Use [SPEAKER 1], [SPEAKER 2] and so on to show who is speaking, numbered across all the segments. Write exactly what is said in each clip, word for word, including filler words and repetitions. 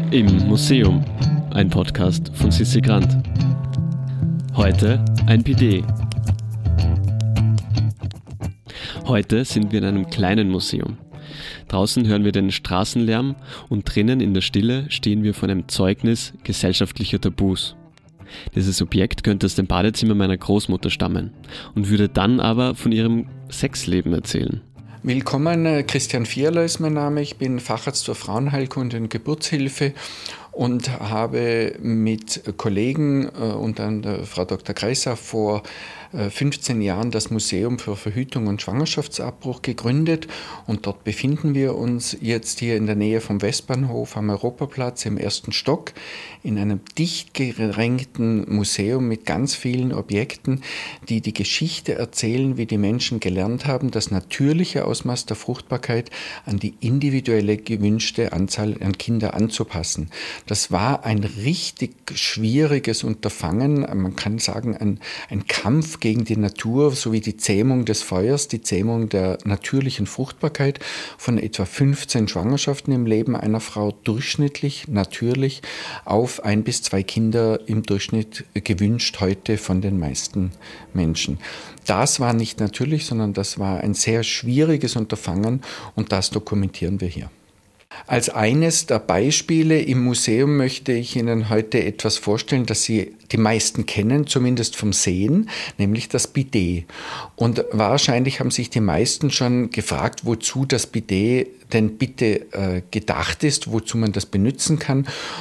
[SPEAKER 1] Im Museum, ein Podcast von Sissi Grant. Heute ein Bidet. Heute sind wir in einem kleinen Museum. Draußen hören wir den Straßenlärm und drinnen in der Stille stehen wir vor einem Zeugnis gesellschaftlicher Tabus. Dieses Objekt könnte aus dem Badezimmer meiner Großmutter stammen und würde dann aber von ihrem Sexleben erzählen.
[SPEAKER 2] Willkommen, Christian Vierler ist mein Name. Ich bin Facharzt für Frauenheilkunde und Geburtshilfe und habe mit Kollegen, äh, unter anderem Frau Doktor Kreiser, vor äh, fünfzehn Jahren das Museum für Verhütung und Schwangerschaftsabbruch gegründet. Und dort befinden wir uns jetzt hier in der Nähe vom Westbahnhof am Europaplatz im ersten Stock in einem dicht gedrängten Museum mit ganz vielen Objekten, die die Geschichte erzählen, wie die Menschen gelernt haben, das natürliche Ausmaß der Fruchtbarkeit an die individuelle gewünschte Anzahl an Kinder anzupassen. Das war ein richtig schwieriges Unterfangen, man kann sagen ein, ein Kampf gegen die Natur, sowie die Zähmung des Feuers, die Zähmung der natürlichen Fruchtbarkeit von etwa fünfzehn Schwangerschaften im Leben einer Frau durchschnittlich, natürlich auf ein bis zwei Kinder im Durchschnitt gewünscht heute von den meisten Menschen. Das war nicht natürlich, sondern das war ein sehr schwieriges Unterfangen und das dokumentieren wir hier. Als eines der Beispiele im Museum möchte ich Ihnen heute etwas vorstellen, das Sie die meisten kennen, zumindest vom Sehen, nämlich das Bidet. Und wahrscheinlich haben sich die meisten schon gefragt, wozu das Bidet denn bitte äh, gedacht ist, wozu man das benutzen kann.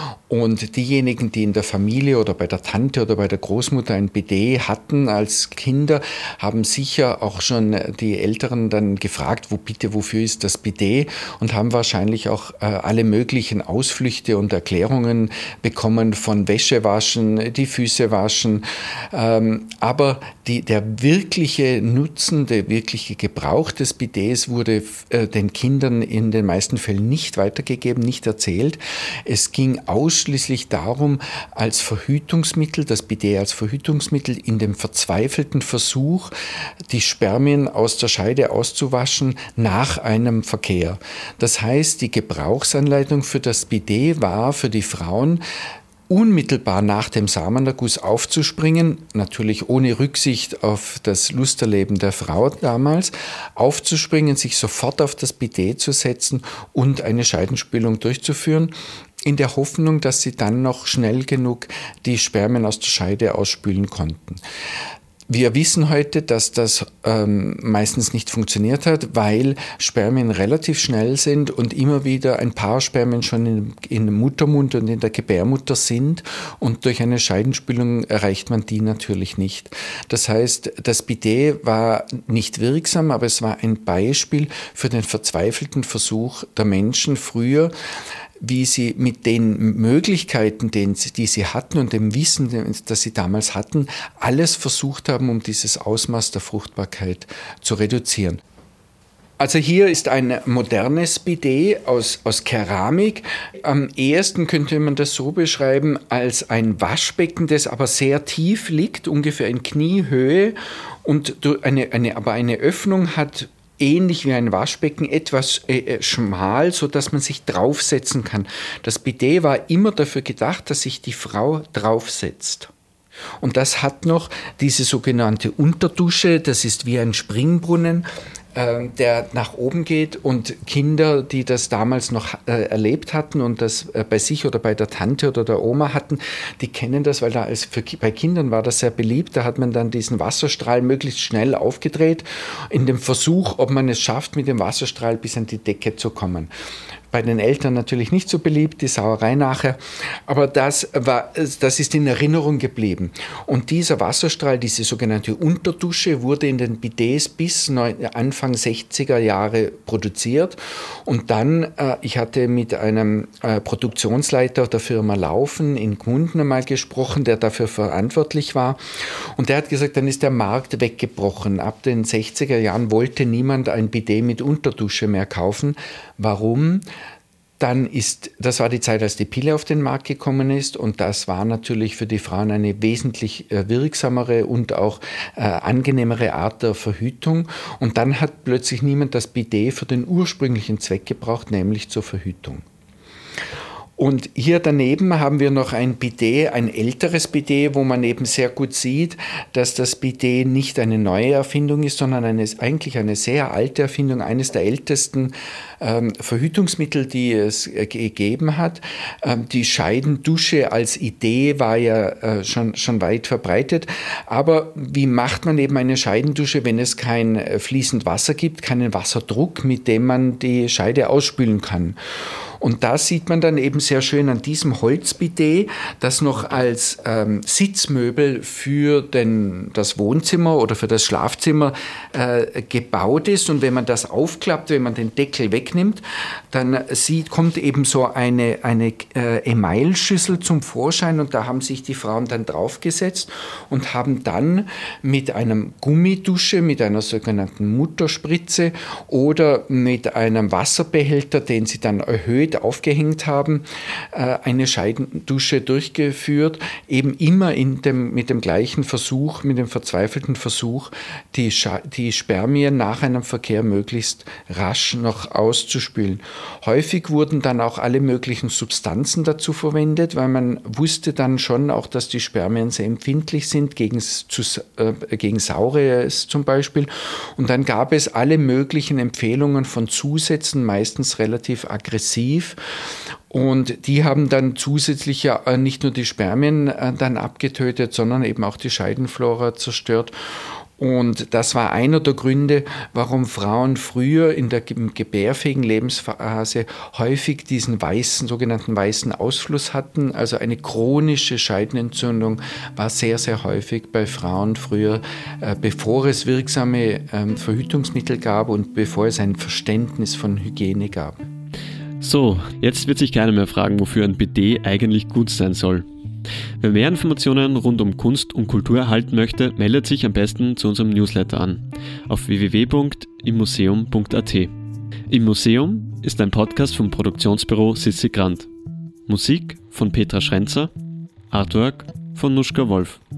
[SPEAKER 2] Und diejenigen, die in der Familie oder bei der Tante oder bei der Großmutter ein Bidet hatten als Kinder, haben sicher auch schon die Älteren dann gefragt, wo bitte, wofür ist das Bidet? Und haben wahrscheinlich auch äh, alle möglichen Ausflüchte und Erklärungen bekommen von Wäschewaschen, die Füße waschen. Ähm, aber die, der wirkliche Nutzen, der wirkliche Gebrauch des Bidets wurde äh, den Kindern in den meisten Fällen nicht weitergegeben, nicht erzählt. Es ging ausschließlich darum, als Verhütungsmittel, das Bidet als Verhütungsmittel in dem verzweifelten Versuch, die Spermien aus der Scheide auszuwaschen nach einem Verkehr. Das heißt, die Gebrauchsanleitung für das Bidet war für die Frauen, unmittelbar nach dem Samenerguss aufzuspringen, natürlich ohne Rücksicht auf das Lusterleben der Frau damals, aufzuspringen, sich sofort auf das Bidet zu setzen und eine Scheidenspülung durchzuführen, in der Hoffnung, dass sie dann noch schnell genug die Spermien aus der Scheide ausspülen konnten. Wir wissen heute, dass das ähm, meistens nicht funktioniert hat, weil Spermien relativ schnell sind und immer wieder ein paar Spermien schon in, in dem Muttermund und in der Gebärmutter sind und durch eine Scheidenspülung erreicht man die natürlich nicht. Das heißt, das Bidet war nicht wirksam, aber es war ein Beispiel für den verzweifelten Versuch der Menschen früher, wie sie mit den Möglichkeiten, die sie hatten und dem Wissen, das sie damals hatten, alles versucht haben, um dieses Ausmaß der Fruchtbarkeit zu reduzieren. Also hier ist ein modernes Bidet aus, aus Keramik. Am ehesten könnte man das so beschreiben als ein Waschbecken, das aber sehr tief liegt, ungefähr in Kniehöhe und eine, eine, aber eine Öffnung hat, ähnlich wie ein Waschbecken, etwas äh, schmal, sodass man sich draufsetzen kann. Das Bidet war immer dafür gedacht, dass sich die Frau draufsetzt. Und das hat noch diese sogenannte Unterdusche, das ist wie ein Springbrunnen, äh, der nach oben geht und Kinder, die das damals noch äh, erlebt hatten und das äh, bei sich oder bei der Tante oder der Oma hatten, die kennen das, weil da als für, bei Kindern war das sehr beliebt, da hat man dann diesen Wasserstrahl möglichst schnell aufgedreht, in dem Versuch, ob man es schafft, mit dem Wasserstrahl bis an die Decke zu kommen. Bei den Eltern natürlich nicht so beliebt, die Sauerei nachher, aber das, war, das ist in Erinnerung geblieben. Und dieser Wasserstrahl, diese sogenannte Unterdusche, wurde in den Bidets bis Anfang sechziger Jahre produziert. Und dann, ich hatte mit einem Produktionsleiter der Firma Laufen in Gmunden einmal gesprochen, der dafür verantwortlich war. Und der hat gesagt, dann ist der Markt weggebrochen. Ab den sechziger Jahren wollte niemand ein Bidet mit Unterdusche mehr kaufen. Warum? Dann ist, das war die Zeit, als die Pille auf den Markt gekommen ist und das war natürlich für die Frauen eine wesentlich äh, wirksamere und auch äh, angenehmere Art der Verhütung. Und dann hat plötzlich niemand das Bidet für den ursprünglichen Zweck gebraucht, nämlich zur Verhütung. Und hier daneben haben wir noch ein Bidet, ein älteres Bidet, wo man eben sehr gut sieht, dass das Bidet nicht eine neue Erfindung ist, sondern eine, eigentlich eine sehr alte Erfindung, eines der ältesten ähm, Verhütungsmittel, die es äh, gegeben hat. Ähm, die Scheidendusche als Idee war ja äh, schon, schon weit verbreitet. Aber wie macht man eben eine Scheidendusche, wenn es kein äh, fließend Wasser gibt, keinen Wasserdruck, mit dem man die Scheide ausspülen kann? Und da sieht man dann eben sehr schön an diesem Holzbidet, das noch als ähm, Sitzmöbel für den, das Wohnzimmer oder für das Schlafzimmer äh, gebaut ist. Und wenn man das aufklappt, wenn man den Deckel wegnimmt, dann sieht, kommt eben so eine, eine äh, Emailschüssel zum Vorschein. Und da haben sich die Frauen dann draufgesetzt und haben dann mit einem Gummidusche, mit einer sogenannten Mutterspritze oder mit einem Wasserbehälter, den sie dann erhöht aufgehängt haben, eine Scheidendusche durchgeführt, eben immer in dem, mit dem gleichen Versuch, mit dem verzweifelten Versuch, die, Scha- die Spermien nach einem Verkehr möglichst rasch noch auszuspülen. Häufig wurden dann auch alle möglichen Substanzen dazu verwendet, weil man wusste dann schon auch, dass die Spermien sehr empfindlich sind, gegen, zu, äh, gegen Saures zum Beispiel. Und dann gab es alle möglichen Empfehlungen von Zusätzen, meistens relativ aggressiv. Und die haben dann zusätzlich ja nicht nur die Spermien dann abgetötet, sondern eben auch die Scheidenflora zerstört. Und das war einer der Gründe, warum Frauen früher in der gebärfähigen Lebensphase häufig diesen weißen, sogenannten weißen Ausfluss hatten. Also eine chronische Scheidenentzündung war sehr, sehr häufig bei Frauen früher, bevor es wirksame Verhütungsmittel gab und bevor es ein Verständnis von Hygiene gab.
[SPEAKER 1] So, jetzt wird sich keiner mehr fragen, wofür ein Bidet eigentlich gut sein soll. Wer mehr Informationen rund um Kunst und Kultur erhalten möchte, meldet sich am besten zu unserem Newsletter an auf w w w punkt immuseum punkt a t. Im Museum ist ein Podcast vom Produktionsbüro Sissi Grant. Musik von Petra Schrenzer, Artwork von Nuschka Wolf.